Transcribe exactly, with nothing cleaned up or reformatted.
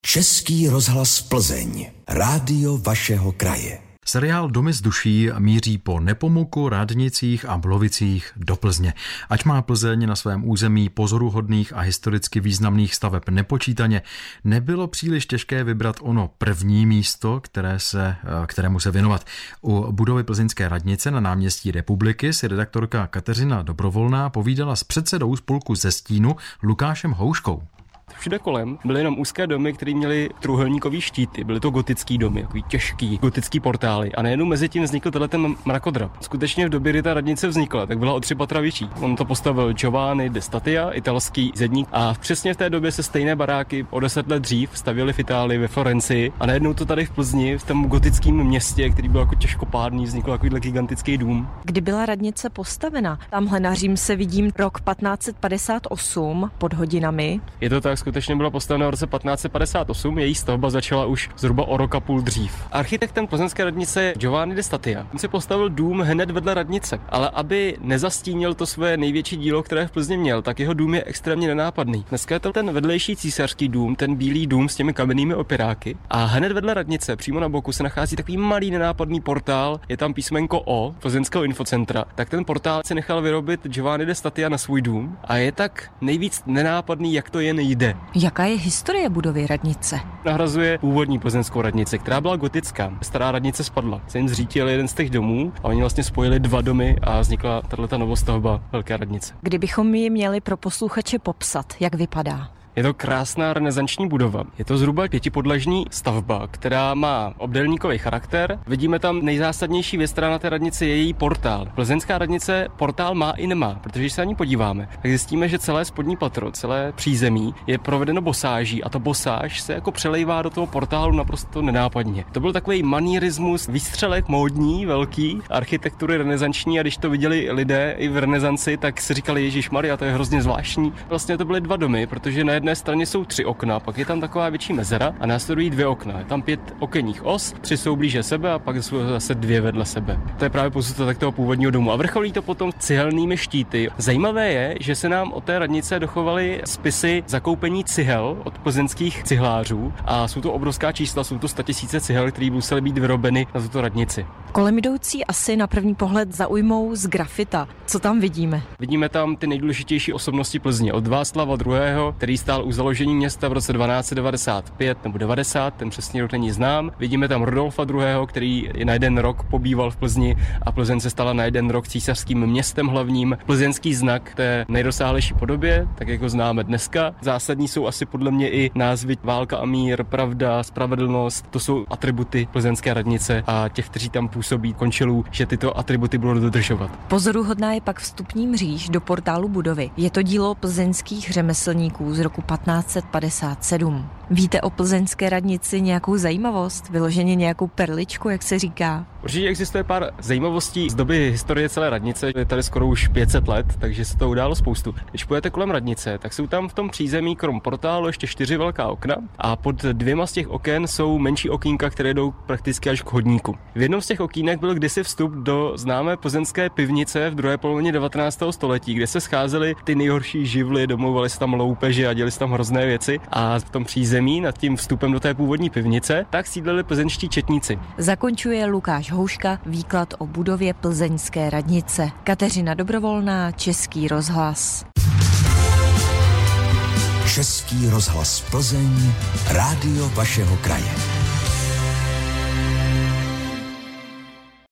Český rozhlas Plzeň, rádio vašeho kraje. Seriál Domy z duší míří po Nepomuku, Radnicích a Blovicích do Plzně. Ať má Plzeň na svém území pozoruhodných a historicky významných staveb nepočítaně, nebylo příliš těžké vybrat ono první místo, které se, kterému se věnovat. U budovy plzeňské radnice na náměstí Republiky si redaktorka Kateřina Dobrovolná povídala s předsedou spolku Ze stínu Lukášem Houškou. Všude kolem byly jenom úzké domy, které měly trůhelníkový štíty. Byly to gotický domy, takový těžký gotický portály. A najednou mezi tím vznikl tenhle ten mrakodrap. Skutečně v době, kdy ta radnice vznikla, tak byla o tři patra vyšší. On to postavil Giovanni da Stabia, italský zedník. A přesně v té době se stejné baráky o deset let dřív stavěly v Itálii, ve Florencii. A najednou to tady v Plzni, v tom gotickém městě, který byl jako těžkopádný, vznikl takovýhle gigantický dům. Kdy byla radnice postavena? Tamhle na Řím se vidím rok patnáct set padesát osm pod hodinami. Je to tak, skutečně byla postavena v roce patnáct set padesát osm, její stavba začala už zhruba o rok a půl dřív. Architektem plzeňské radnice je Giovanni da Stabia. On si postavil dům hned vedle radnice, ale aby nezastínil to své největší dílo, které v Plzni měl, tak jeho dům je extrémně nenápadný. Dneska je to ten vedlejší císařský dům, ten bílý dům s těmi kamennými opěráky, a hned vedle radnice, přímo na boku, se nachází takový malý nenápadný portál, je tam písmenko O plzeňského infocentra. Tak ten portál si nechal vyrobit Giovanni da Stabia na svůj dům a je tak nejvíc nenápadný, jak to jen jde. Jaká je historie budovy radnice? Nahrazuje původní plzeňskou radnici, která byla gotická. Stará radnice spadla. Se jim zřítil jeden z těch domů a oni vlastně spojili dva domy a vznikla tato novostavba velké radnice. Kdybychom ji měli pro posluchače popsat, jak vypadá? Je to krásná renesanční budova. Je to zhruba pětipodlažní stavba, která má obdélníkový charakter. Vidíme tam nejzásadnější věc, která na té radnici je její portál. Plzeňská radnice portál má i nemá, protože když se na ní podíváme, tak zjistíme, že celé spodní patro, celé přízemí je provedeno bosáží a to bosáž se jako přelejvá do toho portálu naprosto nenápadně. To byl takový manierismus, výstřelek módní, velký, architektury renesanční, a když to viděli lidé i v renesanci, tak si říkali: Ježišmarja, to je hrozně zvláštní. Vlastně to byly dva domy, protože na jedné straně jsou tři okna, pak je tam taková větší mezera a následují dvě okna. Je tam pět okenních os, tři jsou blíže sebe a pak jsou zase dvě vedle sebe. To je právě pozůstatek toho původního domu a vrcholí to potom cihelnými štíty. Zajímavé je, že se nám od té radnice dochovaly spisy zakoupení cihel od plzeňských cihlářů a jsou to obrovská čísla, jsou to statisíce cihel, které musely být vyrobeny na tuto radnici. Kolem jdoucí asi na první pohled zaujmou z grafita. Co tam vidíme? Vidíme tam ty nejdůležitější osobnosti Plzně. Od Václava druhého., který stál u založení města v roce dvanáct set devadesát pět nebo devadesát, ten přesný rok není znám. Vidíme tam Rudolfa druhého., který na jeden rok pobýval v Plzni a Plzeň se stala na jeden rok císařským městem hlavním. Plzeňský znak té nejrozsáhlejší podobě, tak jako známe dneska. Zásadní jsou asi podle mě i názvy válka a mír, pravda, spravedlnost. To jsou atributy plzeňské radnice a těch, kteří tam působí, končilů, že tyto atributy budou dodržovat. Pozoruhodná je pak vstupní mříž do portálu budovy. Je to dílo plzeňských řemeslníků z roku patnáct set padesát sedm. Víte o plzeňské radnici nějakou zajímavost? Vyloženě nějakou perličku, jak se říká? Určitě existuje pár zajímavostí z doby historie celé radnice. Je tady skoro už pět set let, takže se to událo spoustu. Když půjdete kolem radnice, tak jsou tam v tom přízemí krom portálu ještě čtyři velká okna a pod dvěma z těch oken jsou menší okýnka, které jdou prakticky až k chodníku. V jednom z těch okýnek byl kdysi vstup do známé plzeňské pivnice v druhé polovině devatenáctého století, kde se scházely ty nejhorší živly, domlouvali se tam loupeži a děli se tam hrozné věci, a v tom přízemí nad tím vstupem do té původní pivnice tak sídlili plzeňští četníci. Zakončuje Lukáš Houška výklad o budově plzeňské radnice. Kateřina Dobrovolná, Český rozhlas. Český rozhlas Plzeň, rádio vašeho kraje.